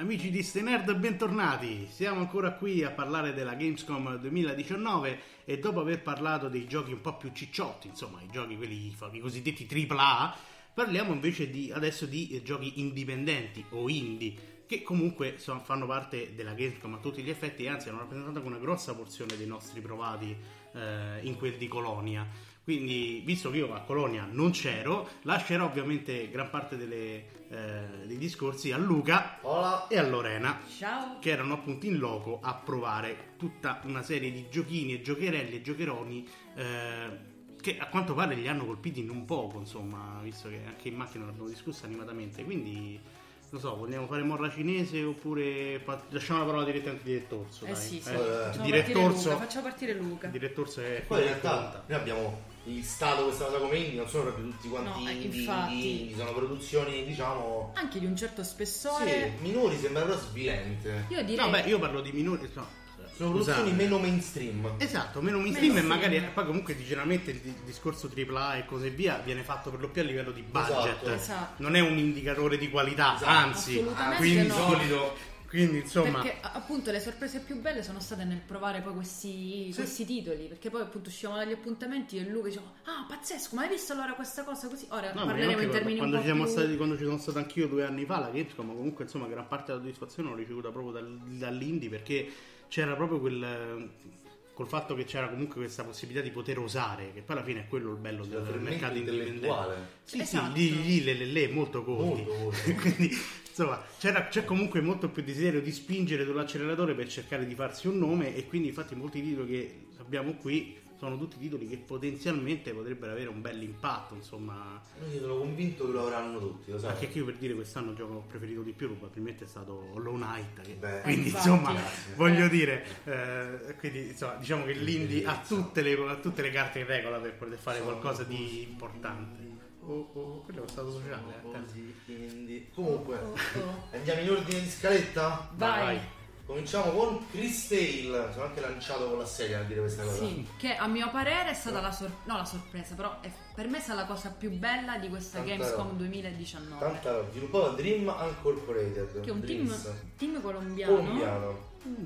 Amici di Stay Nerd, bentornati. Siamo ancora qui a parlare della Gamescom 2019 e dopo aver parlato dei giochi un po' più cicciotti, insomma, i giochi quelli i cosiddetti AAA, parliamo invece adesso di giochi indipendenti o indie, che comunque fanno parte della Gamescom a tutti gli effetti e anzi hanno rappresentato una grossa porzione dei nostri provati in quel di Colonia. Quindi, visto che io a Colonia non c'ero, lascerò ovviamente gran parte dei discorsi a Luca Hola. e a Lorena. Ciao. Che erano appunto in loco a provare tutta una serie di giochini e giocherelli e giocheroni che a quanto pare li hanno colpiti non poco, insomma, visto che anche in macchina l'abbiamo discusso animatamente. Quindi, non so, vogliamo fare morra cinese oppure lasciamo la parola direttamente di Direttorso? Facciamo partire Luca. Direttorso è poi in realtà noi abbiamo listato questa cosa come indie, non sono proprio tutti quanti indie, sono produzioni diciamo anche di un certo spessore. Sì, minori, sembra però svilente. Io direi no, beh, io parlo di minori, sono produzioni meno mainstream. Esatto, meno mainstream e magari poi comunque generalmente il discorso AAA e così via viene fatto per lo più a livello di budget. Esatto. Non è un indicatore di qualità, esatto. anzi, quindi no. solito. Quindi insomma, perché appunto le sorprese più belle sono state nel provare poi questi titoli, perché poi appunto uscivamo dagli appuntamenti e Luca diceva pazzesco, ma hai visto allora questa cosa così? Ora parleremo in termini quando un po' più... quando ci sono stato anch'io 2 anni fa la Gamescom, comunque insomma gran parte della soddisfazione l'ho ricevuta proprio dall'indie, perché c'era proprio col fatto che c'era comunque questa possibilità di poter osare, che poi alla fine è quello il bello del mercato indipendente. Sì, esatto. Lì molto corti. Quindi insomma c'è comunque molto più desiderio di spingere sull'acceleratore per cercare di farsi un nome, e quindi infatti molti titoli che abbiamo qui sono tutti titoli che potenzialmente potrebbero avere un bel impatto, insomma. Io sono convinto che lo avranno tutti, lo sai. Anche io, per dire, quest'anno il gioco che ho preferito di più probabilmente è stato Hollow Knight, quindi infatti, insomma grazie. voglio dire quindi insomma diciamo che l'indie ha tutte le carte in regola per poter fare qualcosa di importante. Quello è stato sociale. Comunque andiamo in ordine di scaletta? Vai. Cominciamo con Chris Tale. Sono anche lanciato con la sedia a dire questa cosa. Sì, che a mio parere è stata la sorpresa, però per me è stata la cosa più bella di questa Gamescom 2019. Tanta sviluppata da Dream Incorporated, che è un team colombiano. Colombiano.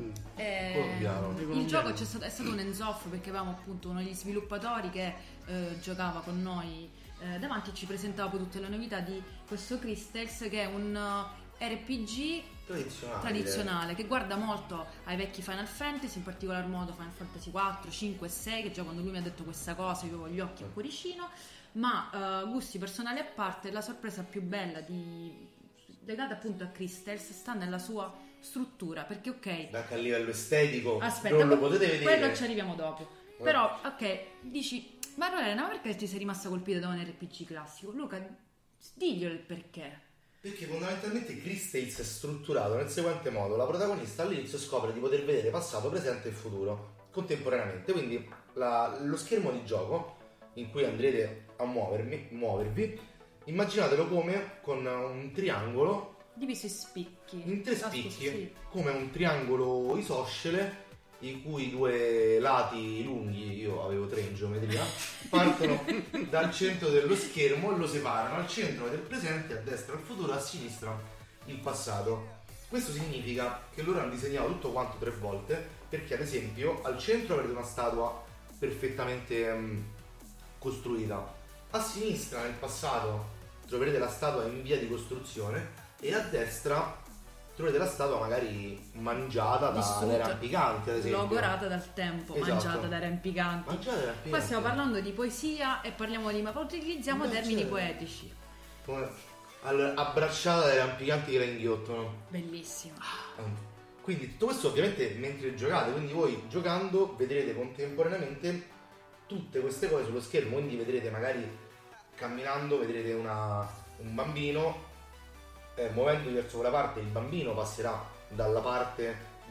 Il gioco è stato un hands-off, perché avevamo appunto uno degli sviluppatori che giocava con noi davanti e ci presentava poi tutte le novità di questo Crystals, che è un RPG tradizionale che guarda molto ai vecchi Final Fantasy, in particolar modo Final Fantasy 4, 5 e 6, che già quando lui mi ha detto questa cosa io avevo gli occhi a cuoricino, ma gusti personali a parte, la sorpresa più bella legata appunto a Crystals sta nella sua struttura, perché anche a livello estetico aspetta, non lo potete vedere, quello ci arriviamo dopo, però dici ma Lorena, ma perché ti sei rimasta colpita da un RPG classico? Luca, diglielo il perché. Perché fondamentalmente Chris Tales è strutturato nel seguente modo: la protagonista all'inizio scopre di poter vedere passato, presente e futuro contemporaneamente, quindi lo schermo di gioco in cui andrete a muovervi, immaginatelo come con un triangolo diviso in 3 spicchi, sì. Come un triangolo isoscele i cui 2 lati lunghi, io avevo 3 in geometria, partono dal centro dello schermo e lo separano: al centro del presente, a destra il futuro, a sinistra il passato. Questo significa che loro hanno disegnato tutto quanto 3 volte, perché ad esempio al centro avrete una statua perfettamente costruita, a sinistra nel passato troverete la statua in via di costruzione e a destra troverete la statua magari mangiata dalle rampicanti, ad esempio. Logorata dal tempo, esatto. Mangiata dai rampicanti. Qua stiamo parlando di poesia e parliamo di... ma utilizziamo termini poetici. Allora, abbracciata dai rampicanti che la inghiottano. Bellissimo. Quindi tutto questo ovviamente mentre giocate, quindi voi giocando vedrete contemporaneamente tutte queste cose sullo schermo, quindi vedrete magari camminando, vedrete un bambino. Muovendovi verso quella parte, il bambino passerà dalla parte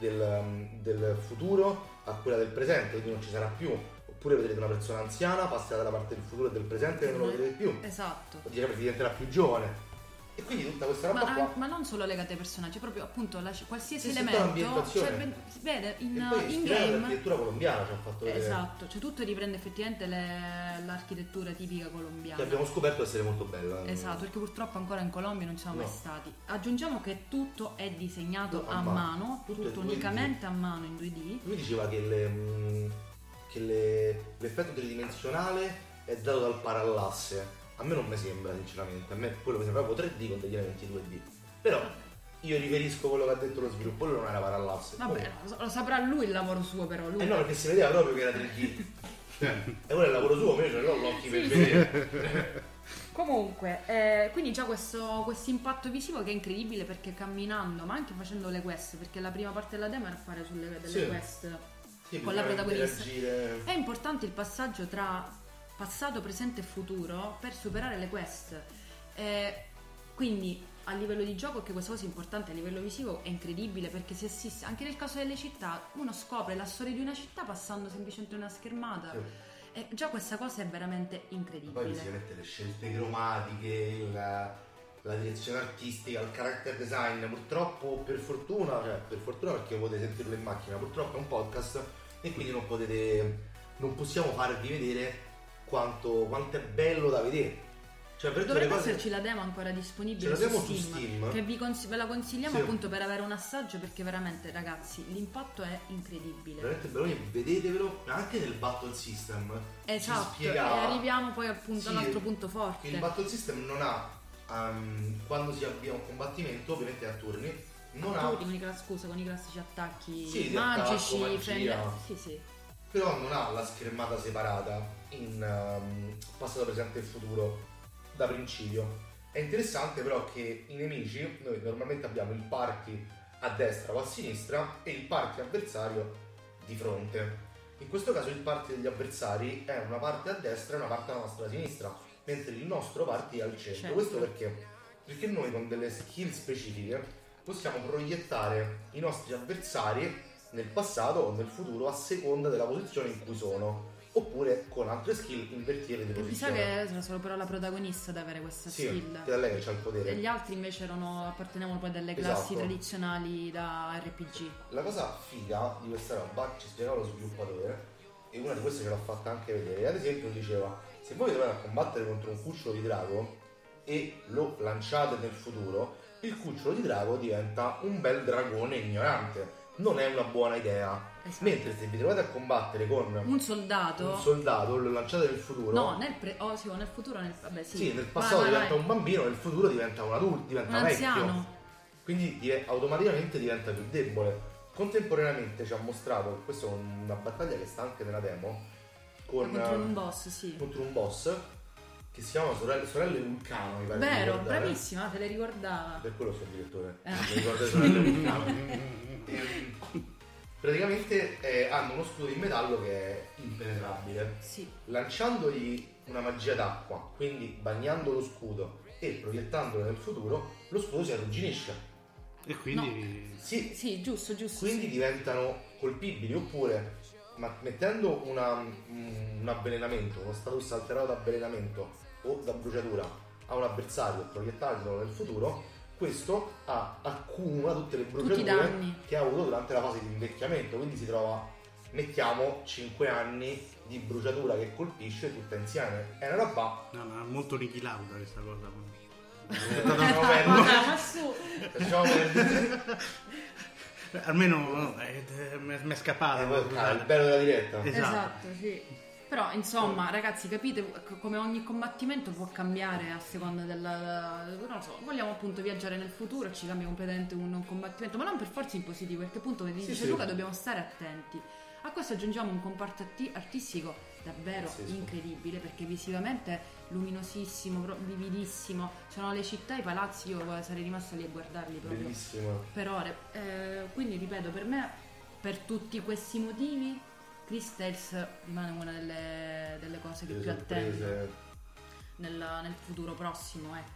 del futuro a quella del presente, quindi non ci sarà più. Oppure vedrete una persona anziana, passerà dalla parte del futuro e del presente e non lo vedrete più. Esatto. Diventerà più giovane. E quindi tutta questa roba qua. Ma non solo legate ai personaggi, proprio appunto qualsiasi Sì, elemento, tutta cioè, si vede in game game. L'architettura colombiana ci ha fatto vedere. Esatto, cioè tutto riprende effettivamente l'architettura tipica colombiana. Che abbiamo scoperto essere molto bella. Esatto, perché purtroppo ancora in Colombia non ci siamo mai stati. Aggiungiamo che tutto è disegnato a mano, tutto unicamente a mano in 2D. Lui diceva che l'effetto tridimensionale è dato dal parallasse. A me non mi sembra, sinceramente. A me quello mi sembra proprio 3D con degli elementi 2D. Però io riferisco quello che ha detto lo sviluppo, quello non era parallasse. Vabbè, lo saprà lui il lavoro suo, però lui. No, perché si vedeva proprio che era 3D. E quello è il lavoro suo, io ce l'ho l'occhio per vedere. Comunque, quindi già questo impatto visivo che è incredibile, perché camminando, ma anche facendo le quest, perché la prima parte della demo era fare delle quest con la protagonista. È importante il passaggio tra passato, presente e futuro per superare le quest. Quindi a livello di gioco, che questa cosa è importante, a livello visivo è incredibile, perché si assiste anche nel caso delle città, uno scopre la storia di una città passando semplicemente una schermata. E già questa cosa è veramente incredibile. Poi ovviamente le scelte cromatiche, la direzione artistica, il character design, purtroppo per fortuna perché potete sentirlo in macchina, purtroppo è un podcast e quindi non possiamo farvi vedere quanto è bello da vedere. Cioè, dovrebbe esserci la demo ancora disponibile su Steam, che ve la consigliamo, sì, appunto per avere un assaggio, perché veramente, ragazzi, l'impatto è incredibile, veramente bello. Vedetevelo anche nel battle system. Esatto, e arriviamo poi appunto all'altro punto forte. Il battle system non ha quando si avvia un combattimento, ovviamente a turni, con i classici attacchi magici, sì. Però non ha la schermata separata in passato, presente e futuro da principio. È interessante però che i nemici, noi normalmente abbiamo il party a destra o a sinistra e il party avversario di fronte. In questo caso il party degli avversari è una parte a destra e una parte alla nostra sinistra, mentre il nostro party è al centro. Certo. Questo perché noi con delle skill specifiche possiamo proiettare i nostri avversari nel passato o nel futuro a seconda della posizione in cui sono, oppure con altre skill invertire di posizione. Mi sa che era solo però la protagonista ad avere questa skill. Che da lei c'ha il potere. E gli altri invece appartenevano poi delle classi tradizionali da RPG. La cosa figa di questa roba, ci spiegava lo sviluppatore, e una di queste ce l'ha fatta anche vedere. Ad esempio diceva: se voi dovete a combattere contro un cucciolo di drago e lo lanciate nel futuro, il cucciolo di drago diventa un bel dragone ignorante. Non è una buona idea. Esatto. Mentre se vi trovate a combattere con un soldato, lo lanciate nel futuro. No, nel futuro, nel passato diventa un bambino, nel futuro diventa un adulto, diventa un anziano. Quindi automaticamente diventa più debole. Contemporaneamente ci ha mostrato, questa è una battaglia che sta anche nella demo, contro un boss, contro un boss che si chiama Sorelle Vulcano, mi pare. Vero, bravissima, te le ricordava. Per quello sono il direttore. Mi ricordo Sorelle Vulcano. Praticamente hanno uno scudo di metallo che è impenetrabile. Sì. Lanciandogli una magia d'acqua, quindi bagnando lo scudo e proiettandolo nel futuro, lo scudo si arrugginisce. E quindi sì, giusto. Quindi diventano colpibili, oppure mettendo un avvelenamento, uno status alterato da avvelenamento o da bruciatura a un avversario e proiettandolo nel futuro, questo accumula tutte le bruciature che ha avuto durante la fase di invecchiamento, quindi si trova, mettiamo, 5 anni di bruciatura che colpisce tutta insieme. È una roba... No, è molto Niki Lauda questa cosa. Ma su! Almeno mi è scappata. Il bello della diretta. Esatto, sì. Però insomma, ragazzi, capite come ogni combattimento può cambiare a seconda non lo so, vogliamo appunto viaggiare nel futuro, ci cambia completamente un combattimento, ma non per forza in positivo, perché appunto come dice Luca dobbiamo stare attenti. A questo aggiungiamo un comparto artistico davvero incredibile, perché visivamente luminosissimo, vividissimo, c'erano le città, i palazzi, io sarei rimasta lì a guardarli proprio bellissimo per ore. Quindi ripeto, per me, per tutti questi motivi, Chris Tales rimane una delle cose che più attendo nel futuro prossimo, ecco.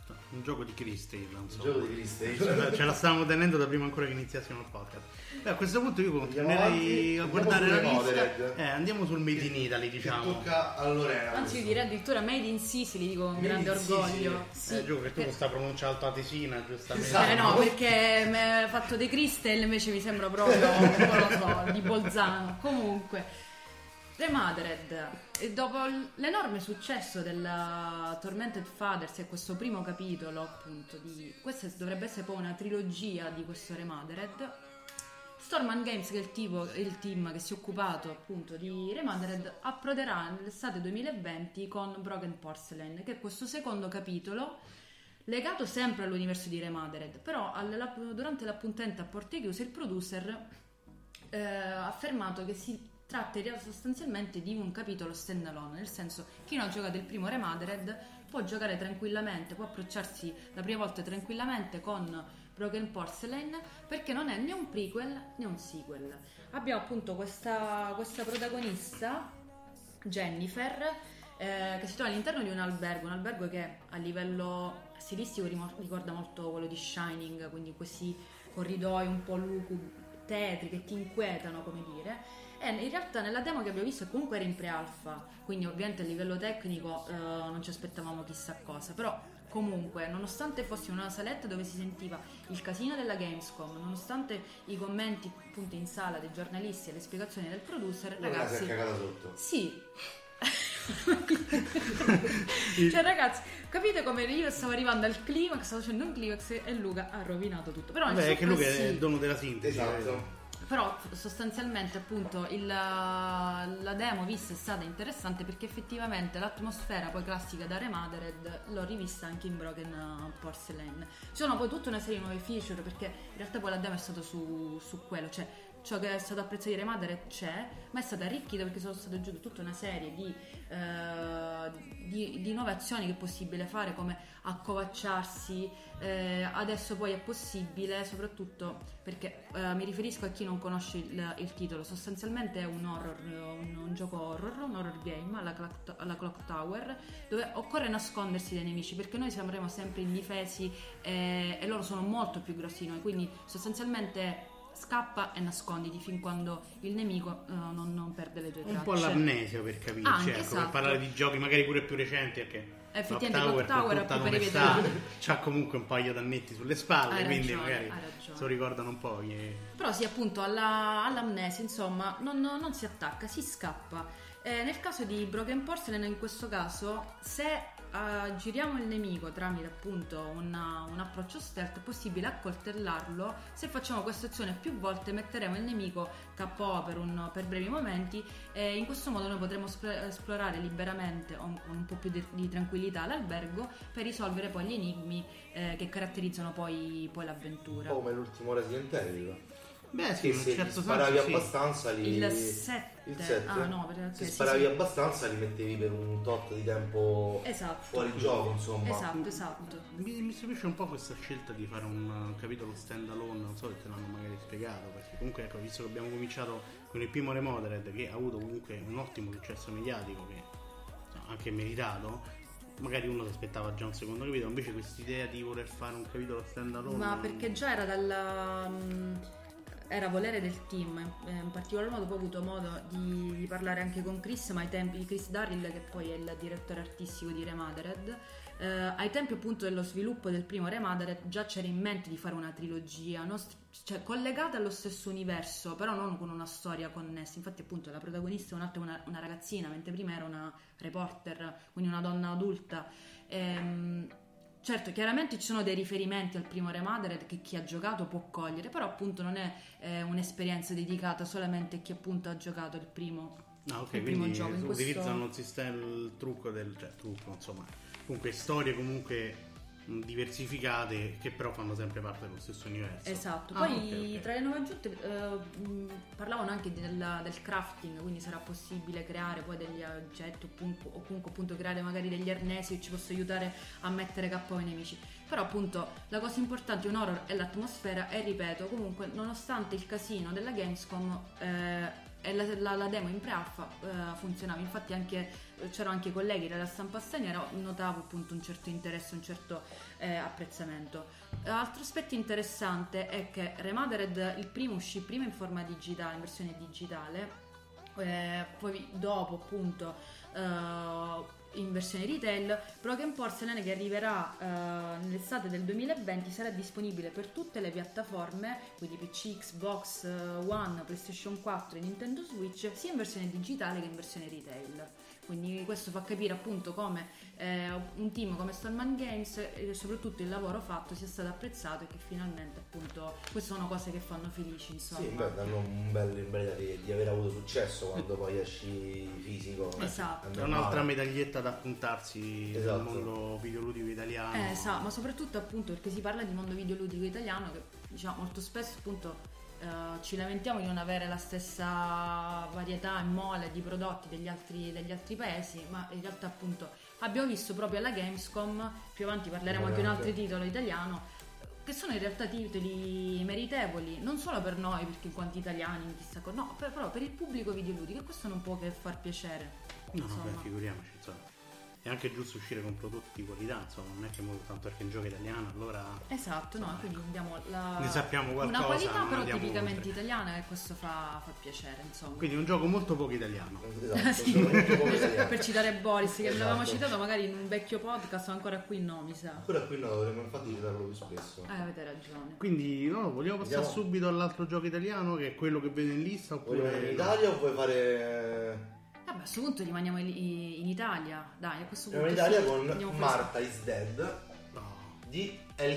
Un gioco di Cristale, Un gioco di Cristale. Ce la stavamo tenendo da prima ancora che iniziassimo il podcast. Beh, a questo punto io continuerei a guardare la lista. Andiamo sul Made in Italy, diciamo. Che tocca a Lorena. Anzi, io direi addirittura Made in Sicily, dico con Made grande in orgoglio. Sicily. Giù che tu con sta pronuncia altoatesina, giustamente. Esatto. No, perché mi ha fatto dei Crystal invece mi sembra proprio, non lo so, di Bolzano. Comunque, Remothered, e dopo l'enorme successo della Tormented Fathers e questo primo capitolo, appunto, di questa dovrebbe essere poi una trilogia di questo Remothered, Storman Games, che è il team che si è occupato appunto di Remothered, approderà nell'estate 2020 con Broken Porcelain, che è questo secondo capitolo legato sempre all'universo di Remothered, però durante l'appuntamento a porte chiuse il producer ha affermato che si tratta sostanzialmente di un capitolo stand alone, nel senso, chi non ha giocato il primo Remothered può giocare tranquillamente, può approcciarsi la prima volta tranquillamente con Broken Porcelain, perché non è né un prequel né un sequel. Abbiamo appunto questa protagonista, Jennifer, che si trova all'interno di un albergo che a livello stilistico ricorda molto quello di Shining, quindi questi corridoi un po' lugubri, tetri, che ti inquietano, come dire. E in realtà nella demo che abbiamo visto comunque era in pre-alpha, quindi ovviamente a livello tecnico non ci aspettavamo chissà cosa, però comunque, nonostante fosse una saletta dove si sentiva il casino della Gamescom, nonostante i commenti appunto in sala dei giornalisti e le spiegazioni del producer, ragazzi, si è cagata sotto. Sì. Cioè ragazzi, capite come io stavo arrivando al climax, stavo facendo un climax e Luca ha rovinato tutto. Però vabbè, che Luca è il dono della sintesi. Esatto. Però sostanzialmente appunto la demo vista è stata interessante, perché effettivamente l'atmosfera poi classica da Remothered l'ho rivista anche in Broken Porcelain. Ci sono poi tutta una serie di nuove feature, perché in realtà poi la demo è stata su quello, cioè ciò che è stato apprezzato di Remothered c'è, ma è stata arricchita perché sono state aggiunte tutta una serie di innovazioni che è possibile fare, come accovacciarsi. Adesso poi è possibile, soprattutto perché mi riferisco a chi non conosce il titolo, sostanzialmente è un horror, un gioco horror, un horror game alla Clock Tower, dove occorre nascondersi dai nemici, perché noi sembriamo sempre indifesi e loro sono molto più grossi di noi, quindi sostanzialmente scappa e nasconditi fin quando il nemico non perde le tue tracce. Un po' l'amnesia, per capirci, Anche, ecco, esatto. Per parlare di giochi magari pure più recenti, perché effettivamente Clock Tower per per tutta l'onestà, c'ha comunque un paio d'annetti sulle spalle, Hai quindi ragione, magari hai ragione. se lo ricordano un po'. Però sì, appunto all'amnesia, insomma, non si attacca, si scappa. Nel caso di Broken Porcelain, in questo caso, se giriamo il nemico tramite appunto un approccio stealth, è possibile accoltellarlo. Se facciamo questa azione più volte metteremo il nemico KO per brevi momenti, e in questo modo noi potremo esplorare liberamente con un po' più di tranquillità l'albergo, per risolvere poi gli enigmi che caratterizzano poi l'avventura. Come l'ultimo Resident Evil. Beh sì, se certo sparavi senso, abbastanza Il 7. Ah no, perché se sparavi abbastanza li mettevi per un tot di tempo fuori gioco, insomma. Esatto. Mi stupisce un po' questa scelta di fare un capitolo stand alone, non so se te l'hanno magari spiegato, perché comunque ecco, visto che abbiamo cominciato con il primo Remothered, che ha avuto comunque un ottimo successo mediatico, che anche meritato, magari uno si aspettava già un secondo capitolo, invece quest'idea di voler fare un capitolo stand alone, ma perché già era volere del team, in particolar modo. Poi ho avuto modo di parlare anche con Chris, ma ai tempi di Chris Darrell, che poi è il direttore artistico di Remothered, ai tempi appunto dello sviluppo del primo Remothered già c'era in mente di fare una trilogia, cioè collegata allo stesso universo, però non con una storia connessa. Infatti appunto la protagonista è una ragazzina, mentre prima era una reporter, quindi una donna adulta. Certo, chiaramente ci sono dei riferimenti al primo Remothered che chi ha giocato può cogliere, però appunto non è un'esperienza dedicata solamente a chi appunto ha giocato il primo quindi gioco. utilizzano il trucco insomma, comunque storie comunque diversificate che però fanno sempre parte dello stesso universo. Esatto. Poi okay. Tra le nuove aggiunte parlavano anche del crafting, quindi sarà possibile creare poi degli oggetti o comunque appunto creare magari degli arnesi che ci possono aiutare a mettere KO ai nemici. Però appunto la cosa importante di un horror è l'atmosfera, e ripeto, comunque nonostante il casino della Gamescom e la demo in pre-alpha funzionava, infatti c'erano anche colleghi della stampa straniera, notavo appunto un certo interesse, un certo apprezzamento. Altro aspetto interessante è che Remastered, il primo uscì prima in forma digitale, in versione digitale, poi dopo appunto in versione retail. Broken Porcelain, che arriverà nell'estate del 2020, sarà disponibile per tutte le piattaforme, quindi PC, Xbox One, PlayStation 4 e Nintendo Switch, sia in versione digitale che in versione retail. Quindi questo fa capire appunto come un team come Stallman Games e soprattutto il lavoro fatto sia stato apprezzato, e che finalmente appunto queste sono cose che fanno felici, insomma. Sì, beh, danno un bel idea di aver avuto successo quando poi esci fisico. Esatto. È un'altra medaglietta da puntarsi Esatto. nel mondo videoludico italiano. Esatto, ma soprattutto appunto perché si parla di mondo videoludico italiano, che diciamo molto spesso appunto ci lamentiamo di non avere la stessa varietà e mole di prodotti degli altri paesi, ma in realtà appunto abbiamo visto proprio alla Gamescom, più avanti parleremo anche di un altro titolo italiano, che sono in realtà titoli meritevoli, non solo per noi perché in quanto italiani chissà no, però per il pubblico videoludico, e questo non può che far piacere. No, beh, figuriamoci, insomma. È anche giusto uscire con prodotti di qualità, insomma, non è che tanto perché è un gioco italiano allora. Esatto, insomma, no, quindi abbiamo ne sappiamo qualcosa, una qualità però tipicamente oltre. italiana, e questo fa piacere, insomma. Quindi un gioco molto poco italiano. Esatto, Sì, per citare Boris, che l'avevamo citato magari in un vecchio podcast, o ancora qui no, mi sa. Ancora qui no, dovremmo infatti citarlo più spesso. Avete ragione. Quindi no, vogliamo passare subito all'altro gioco italiano, che è quello che vedo in lista, oppure Vuoi in Italia o vuoi fare... A questo punto rimaniamo in Italia, dai, a questo punto. In Italia sì, con Martha is Dead di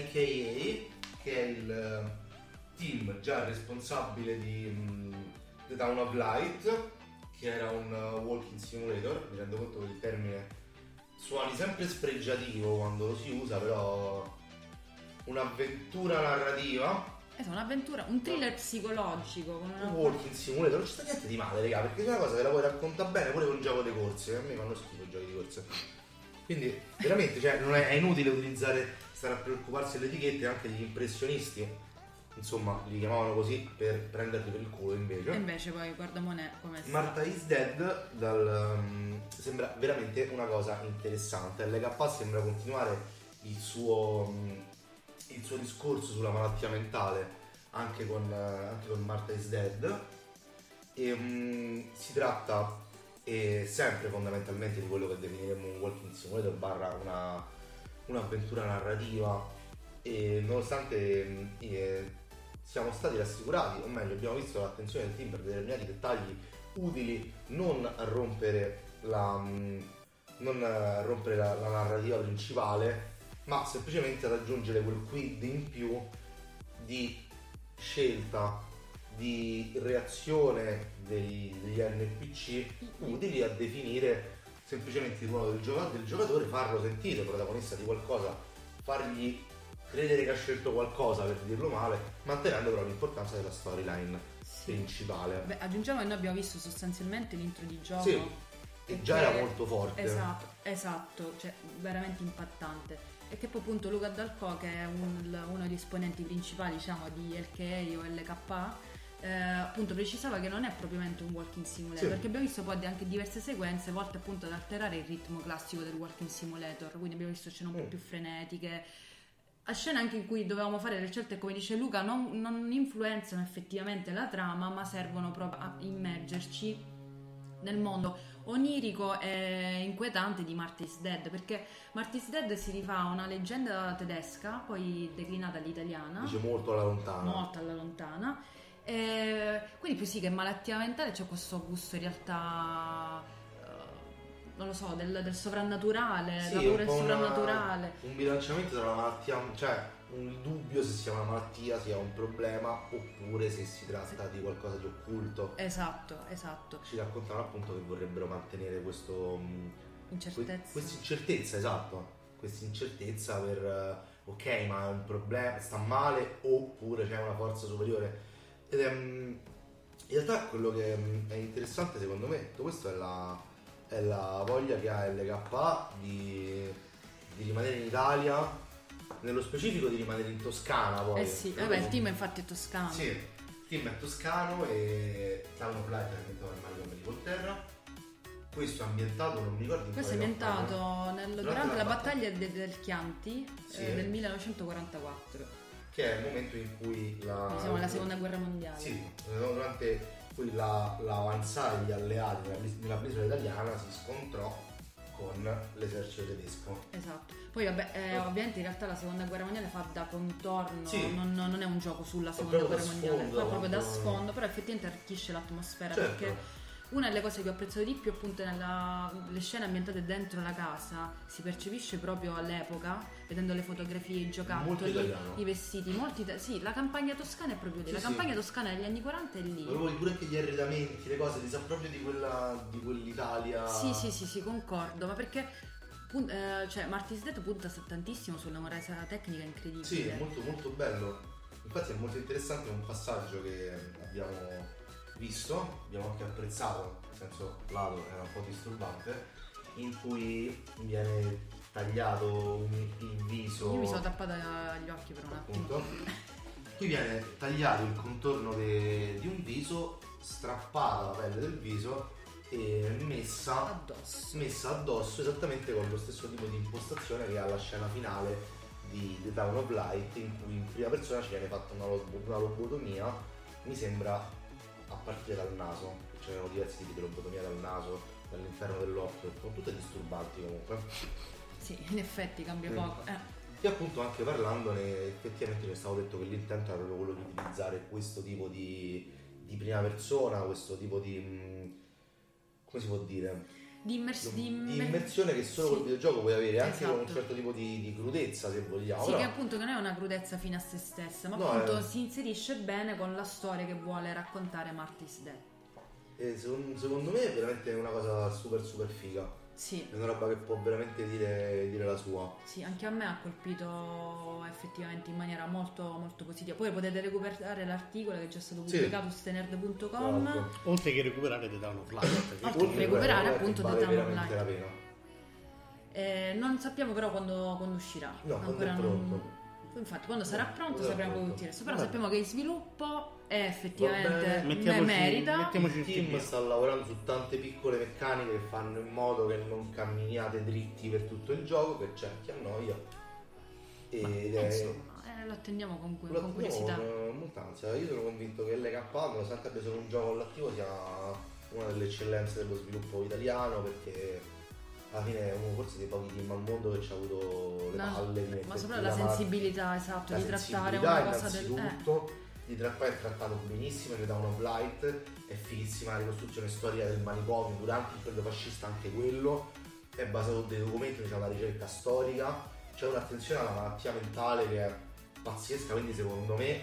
LKA, che è il team già responsabile di The Town of Light, che era un walking simulator. Mi rendo conto che il termine suoni sempre spregiativo quando lo si usa, però un'avventura narrativa. Un'avventura, un thriller psicologico con Un walking simulator, non ci sta niente di male, raga, perché è una cosa che la puoi raccontare bene pure con un gioco di corse. A me fanno schifo i giochi di corse. Quindi veramente, cioè, non è inutile stare a preoccuparsi delle etichette, anche degli impressionisti, insomma, li chiamavano così per prenderli per il culo invece. E invece poi guarda Monet come sta. Martha is Dead sembra veramente una cosa interessante. LK sembra continuare il suo discorso sulla malattia mentale anche con Martha is Dead, e si tratta sempre fondamentalmente di quello che definiremmo un walking simulator barra un'avventura narrativa, e nonostante siamo stati rassicurati, o meglio abbiamo visto l'attenzione del team per determinati dettagli utili, non a rompere la narrativa principale, ma semplicemente ad aggiungere quel quid in più di scelta, di reazione degli NPC utili a definire semplicemente il ruolo del giocatore, farlo sentire protagonista di qualcosa, fargli credere che ha scelto qualcosa, per dirlo male, mantenendo però l'importanza della storyline principale. Beh, aggiungiamo che noi abbiamo visto sostanzialmente l'intro di gioco. Sì, e già era molto forte. Esatto, cioè veramente impattante. E che poi appunto Luca Dalcò, che è uno degli esponenti principali, diciamo, di LKA o LKA, appunto precisava che non è propriamente un walking simulator, perché abbiamo visto poi anche diverse sequenze volte appunto ad alterare il ritmo classico del walking simulator, quindi abbiamo visto scene un po' più frenetiche, a scene anche in cui dovevamo fare le scelte, come dice Luca, non influenzano effettivamente la trama, ma servono proprio a immergerci nel mondo onirico e inquietante di Martha is Dead, perché Martha is Dead si rifà a una leggenda tedesca poi declinata all'italiana, dice molto alla lontana, quindi più sì che malattia mentale c'è questo gusto in realtà non lo so, del sovrannaturale, sì, la paura del sovrannaturale, un bilanciamento tra la malattia, cioè un dubbio se sia una malattia, sia un problema, oppure se si tratta di qualcosa di occulto. Esatto. Ci raccontano appunto che vorrebbero mantenere questa incertezza, esatto, questa incertezza per ok, ma è un problema, sta male oppure c'è una forza superiore. Ed è in realtà quello che è interessante secondo me, tutto questo è la voglia che ha LKA di rimanere in Italia, nello specifico di rimanere in Toscana poi. il team infatti è toscano. Sì, team è toscano e Town of Light è ambientato nel manicomio di Volterra. Questo è ambientato, non mi ricordo in Questo è quale ambientato campagna. durante la battaglia del Chianti del 1944. Che è il momento in cui Siamo alla seconda guerra mondiale. Sì, durante cui l'avanzata degli alleati nella penisola italiana si scontrò con l'esercito tedesco. Esatto. Poi vabbè, ovviamente in realtà la seconda guerra mondiale fa da contorno, Sì. non è un gioco sulla seconda proprio guerra da mondiale, sfondo, fa proprio da proprio- sfondo, però effettivamente arricchisce l'atmosfera, Certo. perché una delle cose che ho apprezzato di più appunto le scene ambientate dentro la casa, si percepisce proprio all'epoca, vedendo le fotografie, i Molto giocattoli, italiano. i vestiti, sì, la campagna toscana è proprio lì, Sì, la sì. campagna toscana degli anni 40 è lì. Proprio pure anche gli arredamenti, le cose, ti sa proprio di quell'Italia. Sì, concordo, ma perché cioè Marty's Dead punta tantissimo sulla resa tecnica incredibile. Sì, è molto molto bello. Infatti è molto interessante un passaggio che abbiamo visto, abbiamo anche apprezzato, nel senso lato era un po' disturbante, in cui viene tagliato il viso. Io mi sono tappata gli occhi per un attimo. Appunto. Qui viene tagliato il contorno di un viso, strappata la pelle del viso e messa addosso esattamente con lo stesso tipo di impostazione che ha la scena finale di The Town of Light, in cui in prima persona ci viene fatta una lobotomia, mi sembra a partire dal naso. C'erano diversi tipi di lobotomia dal naso, dall'interno dell'occhio, sono tutte disturbanti comunque. Sì, in effetti cambia poco. E appunto anche parlandone effettivamente mi è stato detto che l'intento era proprio quello di utilizzare questo tipo di prima persona, questo tipo di come si può dire? Di immersione che solo sì. col videogioco puoi avere, anche Esatto. con un certo tipo di crudezza, se vogliamo. Sì, però che appunto non è una crudezza fine a se stessa, ma No, appunto si inserisce bene con la storia che vuole raccontare Marty's Dead. secondo me è veramente una cosa super super figa. Sì. È una roba che può veramente dire la sua. Sì, anche a me ha colpito effettivamente in maniera molto molto positiva. Poi potete recuperare l'articolo che è già stato Sì. pubblicato su stenerd.com. Tra l'altro. Oltre che recuperare The Town of Light. che- Oltre che recuperare quello appunto vale The Town of veramente Light. la pena. Non sappiamo però quando uscirà. No, quando Ancora è pronto. Infatti, quando sarà pronto Sarà sapremo pronto. come tirarsi. Però Vabbè. sappiamo che il sviluppo è Va effettivamente bene. merita. mettiamoci Il il team team. sta lavorando su tante piccole meccaniche che fanno in modo che non camminiate dritti per tutto il gioco, che c'è chi annoia. Ed è Insomma, lo attendiamo con lo curiosità. con molta ansia. Io sono convinto che LK, nonostante abbia solo un gioco all'attivo, sia una delle eccellenze dello sviluppo italiano, perché alla fine è uno forse dei pochi team al mondo che ci ha avuto le palle di Ma mettersi soprattutto la mano. sensibilità, esatto, La di trattare sensibilità una cosa innanzitutto, di poi è trattato benissimo in Town of Light, è fighissima la ricostruzione storica del manicomio durante il periodo fascista, anche quello è basato su dei documenti, diciamo, una ricerca storica, c'è un'attenzione alla malattia mentale che è pazzesca, quindi secondo me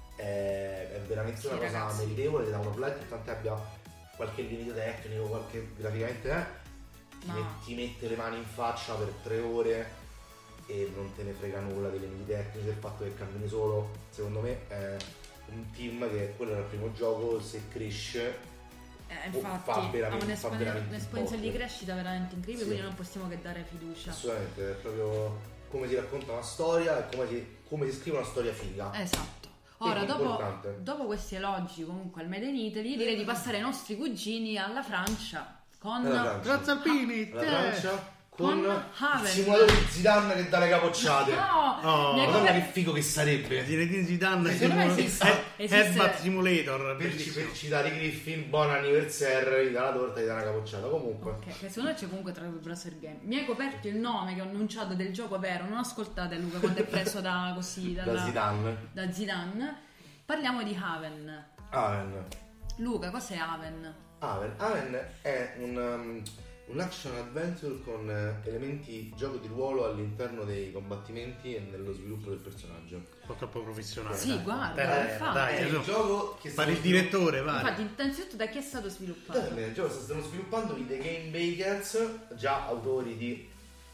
è veramente una cosa ragazzi, meritevole di Town of Light, nonostante abbia qualche limite tecnico, qualche graficamente ti mette le mani in faccia per 3 ore e non te ne frega nulla dei limiti tecnici, del fatto che cammini solo. Secondo me è un team che quello era il primo gioco, se cresce infatti fa veramente, ha fa veramente un'esponenziale di botte. crescita veramente incredibile, Sì. quindi non possiamo che dare fiducia. Assolutamente, è proprio come si racconta una storia e come si scrive una storia figa. Esatto. Ora, Quindi importante. dopo questi elogi comunque al Made in Italy, direi di passare ai nostri cugini alla Francia con Alla Francia. Grazie Alpini. La Francia con Haven. il simulatore di Zidane che dà le capocciate. No, Oh, mi hai Madonna che coperto- figo che sarebbe. Zinedine Zidane Secondo me esiste- Headbutt Simulator. Per bellissimo. citare i Griffin, buon anniversario, gli dà la torta e gli dà una capocciata. Comunque, Ok, che secondo me c'è comunque tra i browser game. Mi hai coperto il nome che ho annunciato del gioco vero, non ascoltate Luca quando è preso da così da Zidane. da Zidane. Parliamo di Haven. Haven. Luca, cos'è Haven? Haven è un action adventure con elementi gioco di ruolo all'interno dei combattimenti e nello sviluppo del personaggio. Un po' troppo professionale. Sì, dai. guarda, Dai, infatti. dai, È su. il gioco che Fare il direttore, vai. Infatti, innanzitutto da chi è stato sviluppato? Il gioco stanno sviluppando i The Game Bakers, già autori di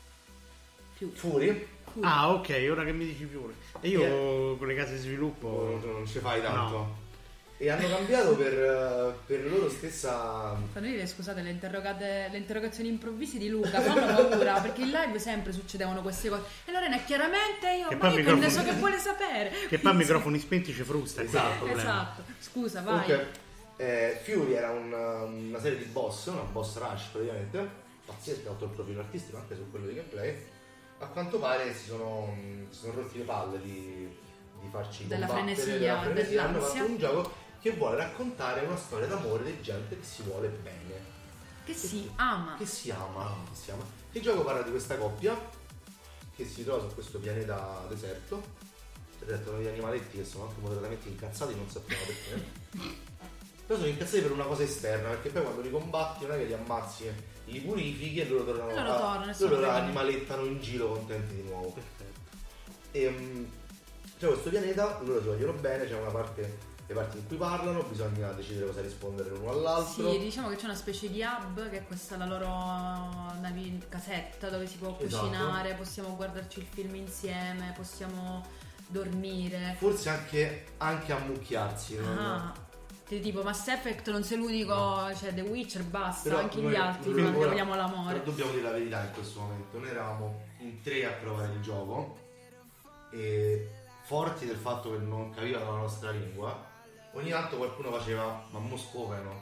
Fury. Ah, ok, ora che mi dici pure. E io con le case di sviluppo Non ci fai tanto. E hanno cambiato per loro stessa. Fanno dire, scusate, le interrogazioni improvvise di Luca fanno paura, perché in live sempre succedevano queste cose. E Lorena chiaramente che ne so che vuole sapere. Che poi microfoni spenti ci frusta. Esatto. Scusa, vai. Comunque, Fury era una serie di boss, una boss rush praticamente, pazzesca sotto il profilo artistico, anche su quello di gameplay. A quanto pare si sono rotti le palle di farci della combattere, frenesia, hanno fatto un gioco che vuole raccontare una storia d'amore di gente che si vuole bene, che si ama. Il gioco parla di questa coppia che si trova su questo pianeta deserto. Sono degli animaletti che sono anche moderatamente incazzati, non sappiamo perché. Però sono incazzati per una cosa esterna, perché poi quando li combatti non è che li ammazzi, li purifichi e loro tornano, loro animalettano in giro contenti di nuovo. E c'è questo pianeta, loro si vogliono bene, c'è una parte, le parti in cui parlano, bisogna decidere cosa rispondere l'uno all'altro. Sì, diciamo che c'è una specie di hub, che è questa la loro casetta dove si può cucinare, possiamo guardarci il film insieme, possiamo dormire. Forse anche ammucchiarsi. Tipo Mass Effect non sei l'unico, no. Cioè The Witcher basta, però anche gli altri vogliamo l'amore. Però dobbiamo dire la verità in questo momento, noi eravamo in 3 a provare il gioco e forti del fatto che non capivano la nostra lingua, ogni tanto qualcuno faceva ma moscoveno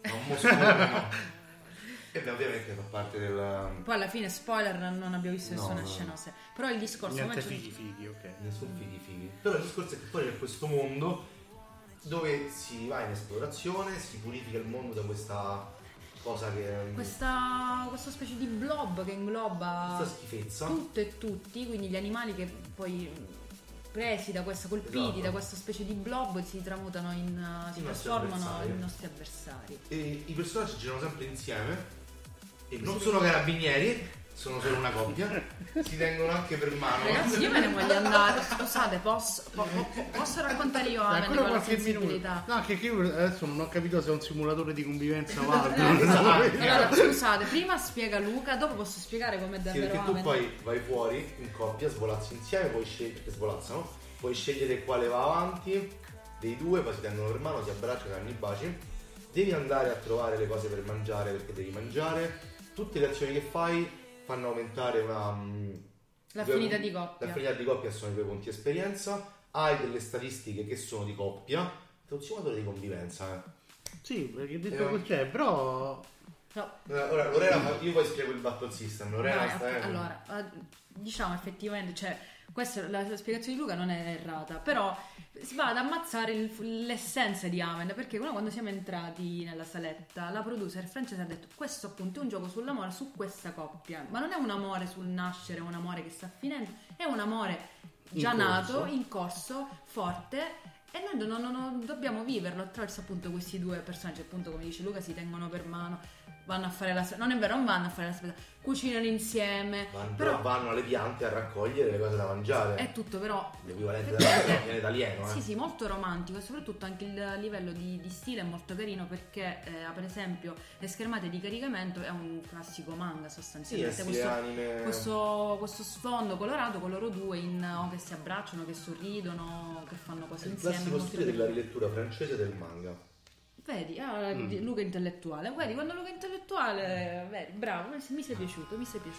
e beh, ovviamente fa parte del. Poi alla fine spoiler, non abbiamo visto nessuna scena, però il discorso niente fighi, ok. Nessun fighi. Però il discorso è che poi c'è questo mondo dove si va in esplorazione, si purifica il mondo da questa cosa che questa specie di blob che ingloba questa schifezza, tutto e tutti, quindi gli animali che poi presi da questa, colpiti da questa specie di blob, si tramutano si trasformano in nostri avversari. E i personaggi girano sempre insieme e non sono carabinieri, sono solo una coppia, si tengono anche per mano. Ragazzi, io me ne voglio andare. Scusate, posso raccontare io la sensibilità? No, che io adesso non ho capito se è un simulatore di convivenza o altro. Allora, scusate, prima spiega Luca, dopo posso spiegare com'è davvero. Perché tu poi vai fuori in coppia, svolazzi insieme, puoi scegliere, perché svolazzano, puoi scegliere quale va avanti dei due, poi si tengono per mano, si abbracciano, danno i baci. Devi andare a trovare le cose per mangiare perché devi mangiare. Tutte le azioni che fai fanno aumentare l'affinità di coppia. L'affinità di coppia sono i tuoi punti esperienza. Hai delle statistiche che sono di coppia. È un simulatore di convivenza. Sì, perché detto così, però. No. Ora Lorena, io poi spiego il battle system. Lorena allora, diciamo effettivamente, cioè, questa la spiegazione di Luca non è errata, però si va ad ammazzare l'essenza di Amen, perché quando siamo entrati nella saletta la producer francese ha detto questo appunto è un gioco sull'amore, su questa coppia, ma non è un amore sul nascere, un amore che sta finendo, è un amore già nato, in corso, forte, e noi non dobbiamo viverlo attraverso appunto questi due personaggi, appunto come dice Luca, si tengono per mano, vanno a fare la spesa, non è vero, non vanno a fare la spesa, cucinano insieme, però vanno alle piante a raccogliere le cose da mangiare, è tutto però l'equivalente della italiano, sì, molto romantico, e soprattutto anche il livello di stile è molto carino, perché per esempio le schermate di caricamento è un classico manga sostanzialmente, questo sfondo colorato con loro due che si abbracciano, che sorridono, che fanno cose insieme, il classico stile della rilettura francese del manga. Vedi, Luca intellettuale. Vedi, quando Luca intellettuale, vedi, bravo, mi sei piaciuto.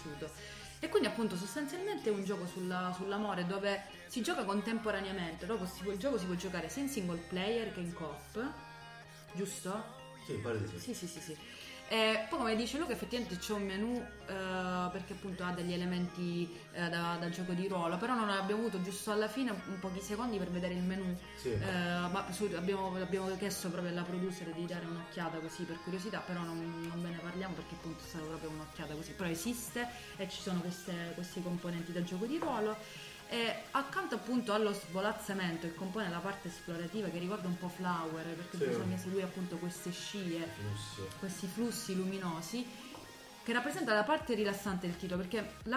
E quindi appunto sostanzialmente è un gioco sull'amore dove si gioca contemporaneamente. Dopo il gioco si può giocare sia in single player che in coop, giusto? Sì, pare di sì. Sì. E poi come dice Luca effettivamente c'è un menu perché appunto ha degli elementi da gioco di ruolo, però non abbiamo avuto giusto alla fine un pochi secondi per vedere il menu, sì. Ma abbiamo chiesto proprio alla producer di dare un'occhiata così per curiosità, però non ve ne parliamo perché appunto è stata proprio un'occhiata così, però esiste e ci sono questi componenti da gioco di ruolo. E accanto appunto allo svolazzamento che compone la parte esplorativa, che ricorda un po' Flower, perché bisogna seguire appunto queste scie, questi flussi luminosi, che rappresenta la parte rilassante del titolo, perché le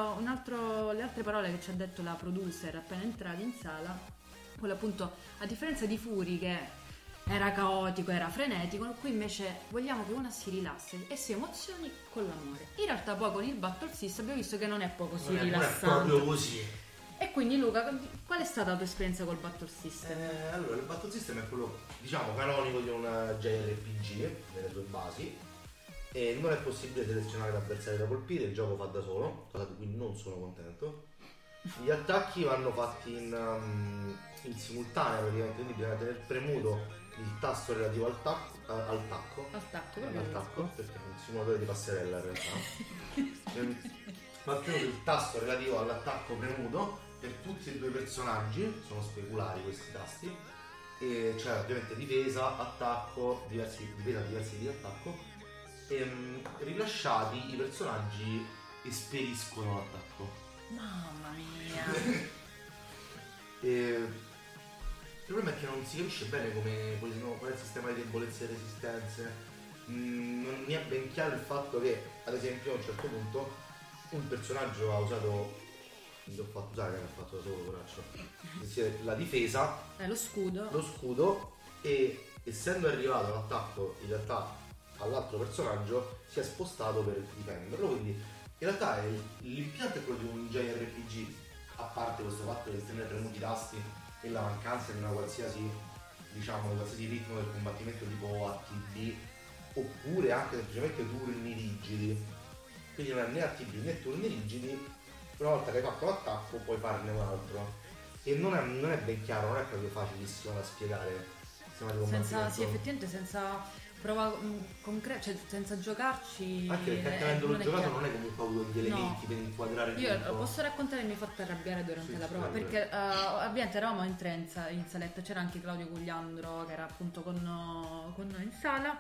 altre parole che ci ha detto la producer appena entrati in sala, quello appunto, a differenza di Fury che era caotico, era frenetico, qui invece vogliamo che una si rilassi e si emozioni con l'amore. In realtà poi con il battle system abbiamo visto che non è poi così rilassante. Non è proprio così. E quindi Luca, qual è stata la tua esperienza col Battle System? Allora, il Battle System è quello, diciamo, canonico di un JRPG nelle sue basi, e non è possibile selezionare l'avversario da colpire, il gioco fa da solo, cosa di cui non sono contento. Gli attacchi vanno fatti in simultanea, praticamente, quindi bisogna tenere premuto il tasto relativo al tacco, Al tacco, perché è un simulatore di passerella in realtà. Va premuto il tasto relativo all'attacco premuto per tutti e due i personaggi, sono speculari questi tasti, e c'è ovviamente difesa, attacco, diversi tipi di attacco, e rilasciati i personaggi esperiscono l'attacco. Mamma mia. Il problema è che non si capisce bene qual è il sistema di debolezze e resistenze. Non mi è ben chiaro il fatto che, ad esempio, a un certo punto un personaggio ha usato, l'ho fatto usare, che ha fatto da solo, poraccio, la difesa, Lo scudo, e essendo arrivato l'attacco in realtà all'altro personaggio si è spostato per difenderlo, quindi in realtà l'impianto è quello di un JRPG, a parte questo fatto di tenere premuti i tasti e la mancanza di una qualsiasi ritmo del combattimento tipo ATB, oppure anche semplicemente turni rigidi. Quindi non è né ATB né turni rigidi, una volta che hai fatto l'attacco puoi farne un altro. E non è ben chiaro, non è proprio facilissimo da spiegare il sistema di combattimento. Effettivamente senza prova concreta, cioè senza giocarci. Anche perché avendolo giocato non è comunque avuto degli elementi per inquadrare il Io tutto. posso raccontare che mi ha fatto arrabbiare durante la prova, perché ovviamente eravamo in tre in saletta, c'era anche Claudio Gugliandro che era appunto con noi in sala.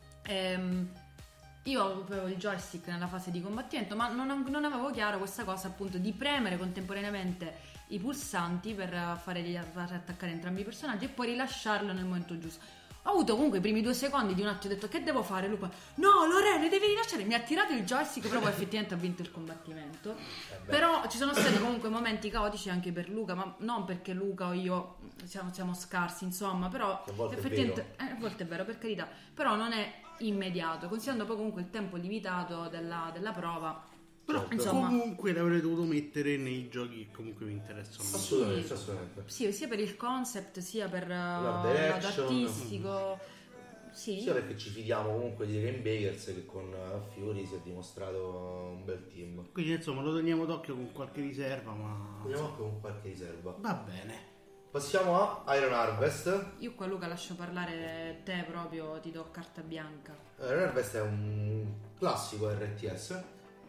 Io avevo il joystick nella fase di combattimento, ma non avevo chiaro questa cosa appunto di premere contemporaneamente i pulsanti per far attaccare entrambi i personaggi e poi rilasciarlo nel momento giusto. Ho avuto comunque i primi 2 secondi di un attimo, ho detto che devo fare? Luca, no Lorena, devi rilasciare, mi ha tirato il joystick, però poi effettivamente ha vinto il combattimento. Però ci sono stati comunque momenti caotici anche per Luca, ma non perché Luca o io siamo scarsi, insomma, però effettivamente a volte è vero, per carità, però non è immediato, considerando poi comunque il tempo limitato della prova. Però insomma, comunque l'avrei dovuto mettere nei giochi che comunque mi interessano. Assolutamente. Sì, sia per il concept, sia per l'art l'artistico. Sì. Sia perché ci fidiamo comunque di Game Bakers, che con Fury si è dimostrato un bel team. Quindi insomma lo teniamo d'occhio con qualche riserva, ma Andiamo con qualche riserva. va bene. Passiamo a Iron Harvest. Io qua Luca lascio parlare te, proprio ti do carta bianca. Iron Harvest è un classico RTS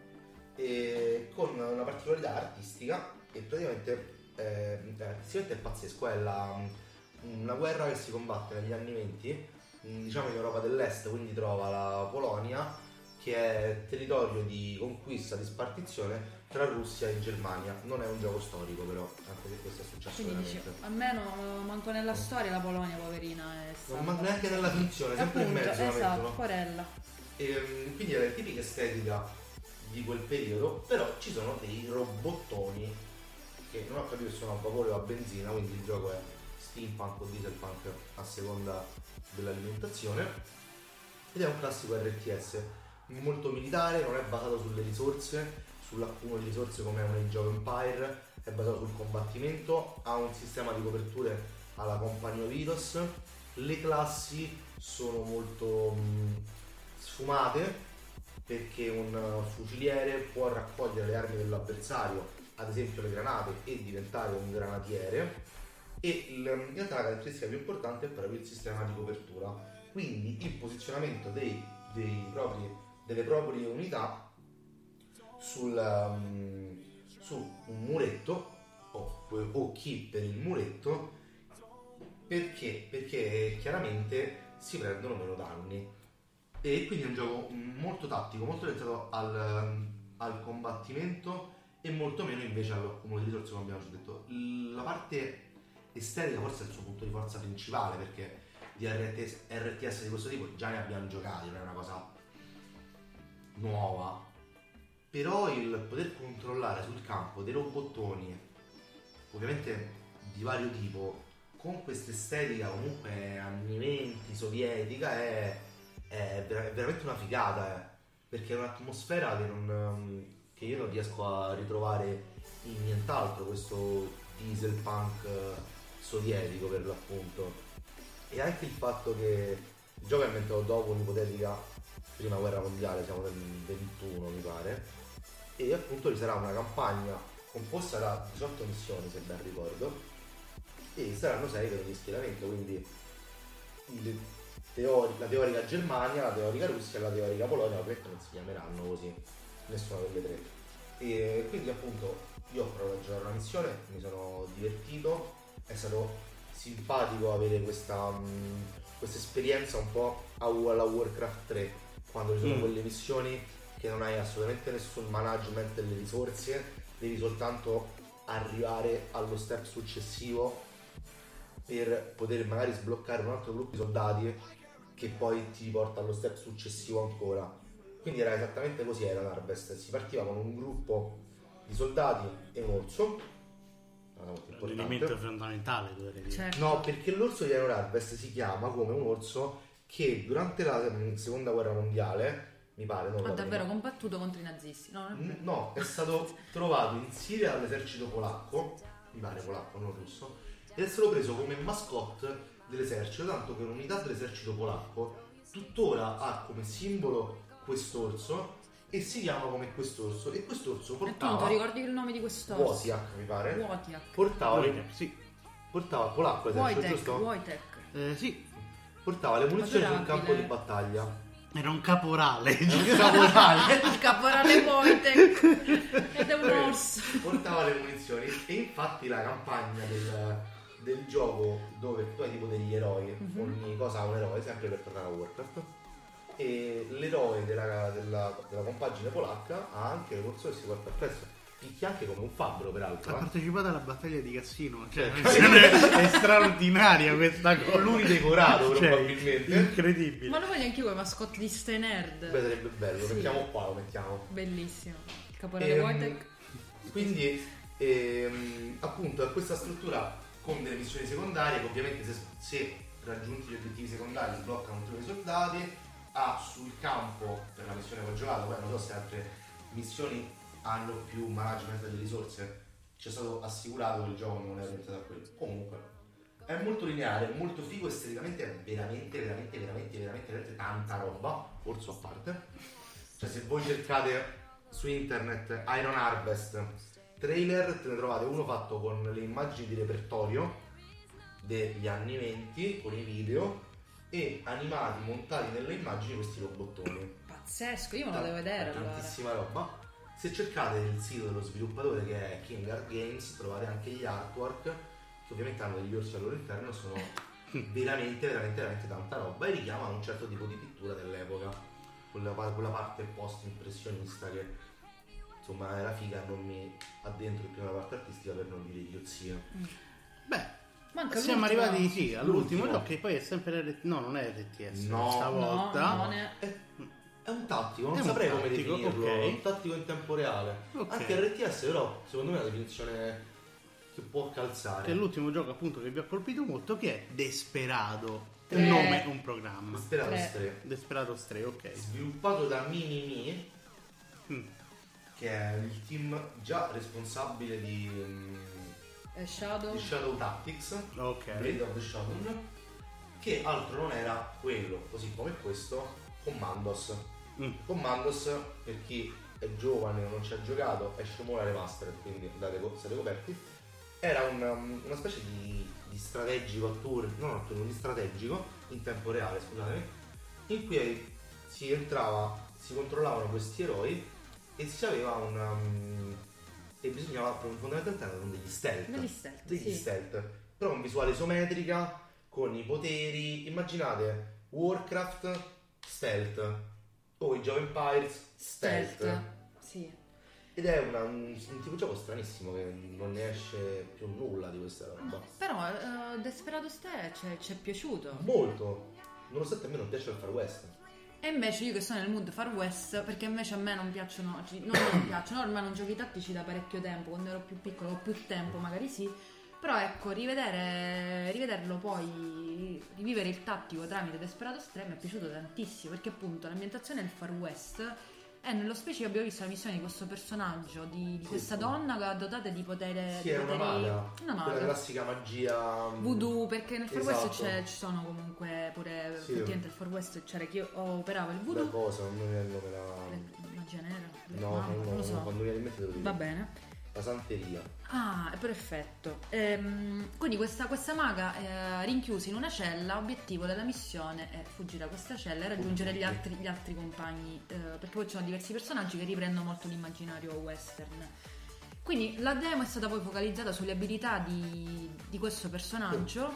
e con una particolarità artistica, e praticamente artisticamente è pazzesco. È una guerra che si combatte negli anni 20, diciamo in Europa dell'Est, quindi trova la Polonia, che è territorio di conquista, di spartizione tra Russia e Germania. Non è un gioco storico, però, anche se questo è successo Quindi dici, veramente. almeno manco nella storia la Polonia, poverina, è stata. Non neanche nella finzione, sempre in Appunto, mezzo la esatto, mettono. porella. E quindi è la tipica estetica di quel periodo, però ci sono dei robottoni che non ho capito se sono a vapore o a benzina, quindi il gioco è steampunk o dieselpunk a seconda dell'alimentazione, ed è un classico RTS molto militare, non è basato sulle risorse, sull'accumulo di risorse come è un Age of Empire, è basato sul combattimento, ha un sistema di coperture alla Compagnia Virus, le classi sono molto sfumate, perché un fuciliere può raccogliere le armi dell'avversario, ad esempio le granate, e diventare un granatiere, e in realtà la caratteristica più importante è proprio il sistema di copertura, quindi il posizionamento delle proprie unità su un muretto o chi per il muretto, perché chiaramente si prendono meno danni. E quindi è un gioco molto tattico, molto orientato al combattimento e molto meno invece all'accumulo di risorse, come abbiamo già detto. La parte estetica forse è il suo punto di forza principale, perché di RTS di questo tipo già ne abbiamo giocati, non è una cosa nuova, però il poter controllare sul campo dei robottoni, ovviamente di vario tipo, con questa estetica comunque anni 20 sovietica, è veramente una figata, perché è un'atmosfera che io non riesco a ritrovare in nient'altro, questo diesel punk sovietico per l'appunto. E anche il fatto che il gioco è ambientato dopo un'ipotetica prima guerra mondiale, siamo nel 21 mi pare, e appunto ci sarà una campagna composta da 18 missioni se ben ricordo, e saranno 6 per ogni schieramento, quindi la teorica Germania, la teorica Russia e la teorica Polonia, ovviamente non si chiameranno così, nessuna delle tre. E quindi appunto io ho provato a giocare una missione, mi sono divertito, è stato simpatico avere questa esperienza un po' alla Warcraft 3, quando ci sono quelle missioni che non hai assolutamente nessun management delle risorse, devi soltanto arrivare allo step successivo per poter magari sbloccare un altro gruppo di soldati che poi ti porta allo step successivo ancora. Quindi era esattamente così, era l'Harvest, si partiva con un gruppo di soldati e un orso, l'elemento fondamentale dovrei dire. Certo. no, perché l'orso di Iron Harvest si chiama come un orso che durante la seconda guerra mondiale, mi pare, non Ha la davvero prima, combattuto contro i nazisti, no? Non è vero. no, è stato trovato in Siria dall'esercito polacco, mi pare polacco, non russo, ed è stato preso come mascotte dell'esercito, tanto che un'unità dell'esercito polacco tuttora ha come simbolo quest'orso e si chiama come quest'orso, e quest'orso E tu non ti portava ricordi il nome di quest'orso? Wozniak, mi pare, Wojtek. portava Sì. polacco esercito, Wojtek, giusto? Wojtek. Sì, Portava le munizioni sul Adorabile. campo di battaglia. era un caporale. Un caporale. Il caporale Wojtek. Ed è un orso. Portava le munizioni, e infatti la campagna del gioco, dove tu hai tipo degli eroi, ogni cosa ha un eroe, sempre per tornare a Warcraft, e l'eroe della compagine polacca ha anche le corso che si porta appresso, picchia anche come un fabbro Ha peraltro, partecipato alla battaglia di Cassino, cioè è straordinaria questa cosa. lui decorato Cioè, probabilmente. incredibile. Ma lo voglio anch'io come mascotte di Stay Nerd. Beh, sarebbe bello, lo Sì. mettiamo qua, lo mettiamo. Bellissimo. Il caporale Wojtek. Quindi appunto è questa struttura con delle missioni secondarie che ovviamente se raggiunti gli obiettivi secondari sbloccano tutti i soldati, ha sul campo per la missione che ho giocato, poi non so se altre missioni hanno più management delle risorse, ci è stato assicurato che il gioco non è orientato a quello. Comunque è molto lineare, è molto figo, esteticamente è veramente tanta roba, orso a parte. Cioè se voi cercate su internet Iron Harvest trailer, te ne trovate uno fatto con le immagini di repertorio degli anni 20 con i video e animati, montati nelle immagini questi robottoni. Pazzesco, io me lo devo vedere allora. Tantissima roba. Se cercate il sito dello sviluppatore, che è King Art Games, trovate anche gli artwork, che ovviamente hanno degli orsi al loro interno, sono veramente tanta roba e richiamano un certo tipo di pittura dell'epoca, quella parte post impressionista che insomma era figa, non mi addentro più nella parte artistica per non dire idiozie. Beh, Manca siamo l'ultimo. arrivati sì all'ultimo L'ultimo. gioco, che poi è sempre no, non è RTS No, stavolta. No, non è. È un tattico, non È un saprei come tattico, definirlo, ok. un tattico in tempo reale. Ok. Anche RTS però secondo me è una definizione che può calzare. Che è l'ultimo gioco appunto che vi ha colpito molto, che è Desperado. Tre. Un nome, un programma. Desperados Tre. 3, Desperados 3, ok. sviluppato da Mimimi, Mm. che è il team già responsabile di Shadow. Shadow Tactics, Ok. Blade of the Shogun, che altro non era quello, così come questo, Commandos. Commandos, per chi è giovane o non ci ha giocato, è Shomura Remastered, quindi siete coperti. Era una specie di strategico di strategico in tempo reale, scusatemi, in cui si controllavano questi eroi e si aveva e bisognava fondamentalmente andare con degli Degli stealth, sì. stealth, però con visuale isometrica, con i poteri, immaginate Warcraft stealth o i Java Empires stealth. Sì. Ed è un tipo di gioco stranissimo che non ne esce più nulla di questa roba. Però Desperados 3 ci è piaciuto. Molto, nonostante a me non piace il Far West. E invece io che sono nel mood Far West, perché invece a me non piacciono, non piacciono, ormai non giochi tattici da parecchio tempo, quando ero più piccolo ho più tempo magari sì, però ecco, rivederlo poi, rivivere il tattico tramite Desperados 3 mi è piaciuto tantissimo, perché appunto l'ambientazione del Far West nello specifico abbiamo visto la missione di questo personaggio, di questa sì. donna dotata di potere. Sì, di è una poteri- maga. Una maga. Quella classica magia Voodoo, perché nel Far West Esatto. ci sono comunque pure Sì. effettivamente il Far West c'era chi operava il La voodoo. cosa, non mi viene il nome, Magia nera? no, non lo so. quando mi viene in mente te lo dico. Va bene. La santeria. Ah, perfetto. Quindi questa maga rinchiusa in una cella, obiettivo della missione è fuggire da questa cella e raggiungere gli altri compagni, perché poi ci sono diversi personaggi che riprendono molto l'immaginario western. Quindi la demo è stata poi focalizzata sulle abilità di questo personaggio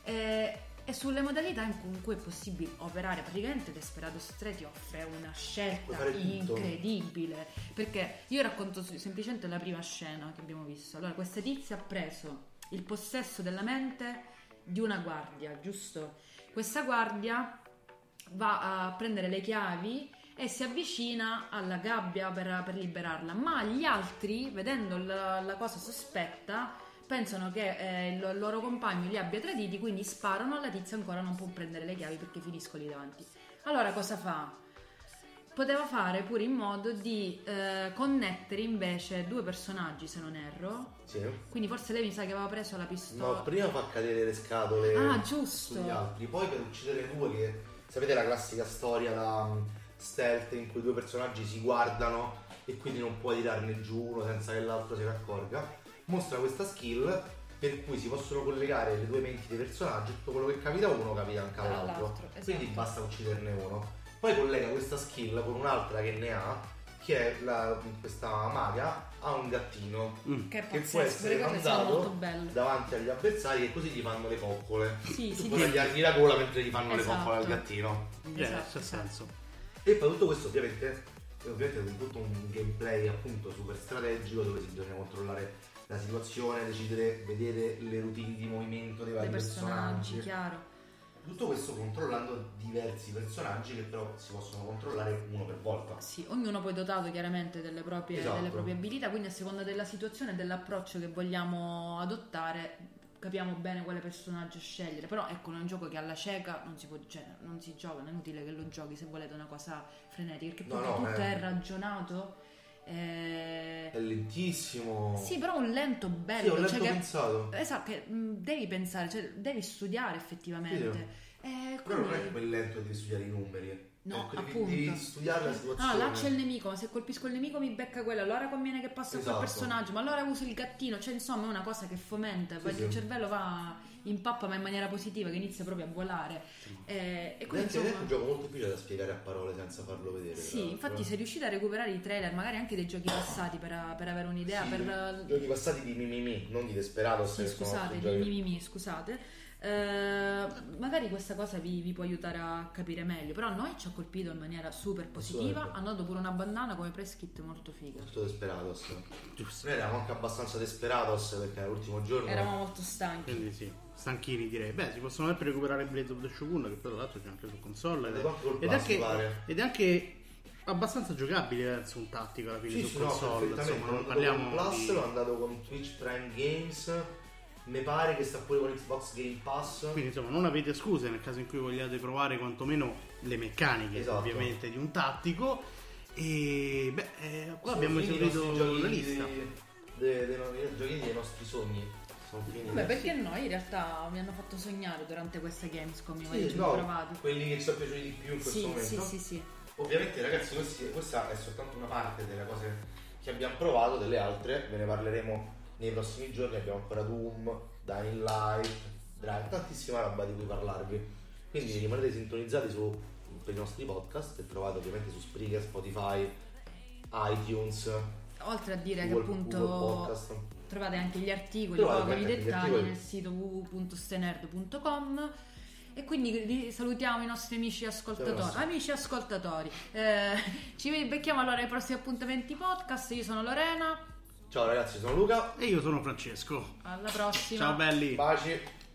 e sulle modalità in cui è possibile operare. Praticamente Desperados 3 ti offre una scelta Puoi fare tutto. incredibile, perché io racconto semplicemente la prima scena che abbiamo visto. Allora, questa tizia ha preso il possesso della mente di una guardia, giusto? Questa guardia va a prendere le chiavi e si avvicina alla gabbia per liberarla, ma gli altri, vedendo la cosa sospetta, pensano che il loro compagno li abbia traditi, quindi sparano. La tizia ancora non può prendere le chiavi perché finiscono lì davanti. Allora cosa fa? Poteva fare pure in modo di connettere invece due personaggi, se non erro. Sì. Quindi forse lei mi sa che aveva preso la pistola. No, prima fa cadere le scatole giusto. sugli altri, poi per uccidere due, che sapete la classica storia da stealth in cui due personaggi si guardano e quindi non puoi tirarne giù uno senza che l'altro se ne accorga. Mostra questa skill per cui si possono collegare le due menti dei personaggi, tutto quello che capita a uno capita anche all'altro, esatto. quindi basta ucciderne uno. Poi collega questa skill con un'altra che ne ha, che è questa maga ha un gattino Che è che pazzesco, può essere le cose sono molto mandato belle. davanti agli avversari e così gli fanno le coccole. Sì, Tu sì, puoi sì. tagliargli la gola mentre gli fanno le Esatto. coccole al gattino. Esatto, c'ha senso. E poi tutto questo ovviamente è tutto un gameplay appunto super strategico dove bisogna controllare la situazione, decidere, vedere le routine di movimento dei vari Dei personaggi, personaggi. chiaro. Tutto questo controllando diversi personaggi che però si possono controllare uno per volta. Sì, ognuno poi dotato chiaramente delle proprie abilità, quindi a seconda della situazione e dell'approccio che vogliamo adottare capiamo bene quale personaggio scegliere. Però ecco, è un gioco che alla cieca non si può, cioè, non si gioca, non è inutile che lo giochi se volete una cosa frenetica, perché poi tutto è ragionato. È lentissimo. Sì, però un lento bello. Sì, è un lento cioè che, pensato. esatto, che devi pensare, cioè devi studiare effettivamente. Però non è quel lento di studiare i numeri. No, ecco, appunto. devi studiare la situazione. Ah, là c'è il nemico, ma se colpisco il nemico mi becca quello, allora conviene che passa quel personaggio, ma allora uso il gattino, cioè insomma è una cosa che fomenta, poi il cervello va in pappa ma in maniera positiva, che inizia proprio a volare. E quindi è un gioco molto difficile da spiegare a parole senza farlo vedere. Sì, infatti se riuscite a recuperare i trailer, magari anche dei giochi passati per avere un'idea, sì, per giochi passati di Mimimi, non di Desperados. sì, scusate, di Mimimi, scusate. Magari questa cosa vi può aiutare a capire meglio, però a noi ci ha colpito in maniera super positiva. Hanno dato pure una bandana come press kit molto figa. Tutto Desperados. Giusto. Noi eravamo anche abbastanza Desperados perché l'ultimo giorno Eravamo molto stanchi. Quindi sì, stanchini direi. Beh, si possono sempre recuperare Blades of the Shogun, che poi tra l'altro c'è anche su console. Ed è anche abbastanza giocabile su un tattico alla fine su console. Insomma, non parliamo Plus, di... l'ho andato con Twitch Prime Games. Mi pare che sta pure con Xbox Game Pass. Quindi insomma non avete scuse nel caso in cui vogliate provare quantomeno le meccaniche ovviamente di un tattico. E beh, qua abbiamo esaurito la lista dei giochi dei nostri sogni. Beh, perché noi in realtà mi hanno fatto sognare durante questa Gamescom, io ci ho provato. Quelli che ci sono piaciuti di più in questo momento. Sì. Ovviamente ragazzi questa è soltanto una parte delle cose che abbiamo provato, delle altre ve ne parleremo nei prossimi giorni. Abbiamo ancora Doom, Dying Light, Drive, tantissima roba di cui parlarvi, quindi rimanete sintonizzati per i nostri podcast che trovate ovviamente su Spreaker, Spotify, iTunes, oltre a dire Google, che appunto Google trovate anche gli articoli con i dettagli nel sito www.stenerd.com. E quindi salutiamo i nostri amici ascoltatori. Ci becchiamo allora ai prossimi appuntamenti podcast. Io sono Lorena. Ciao ragazzi, sono Luca e io sono Francesco. Alla prossima. Ciao belli. Baci.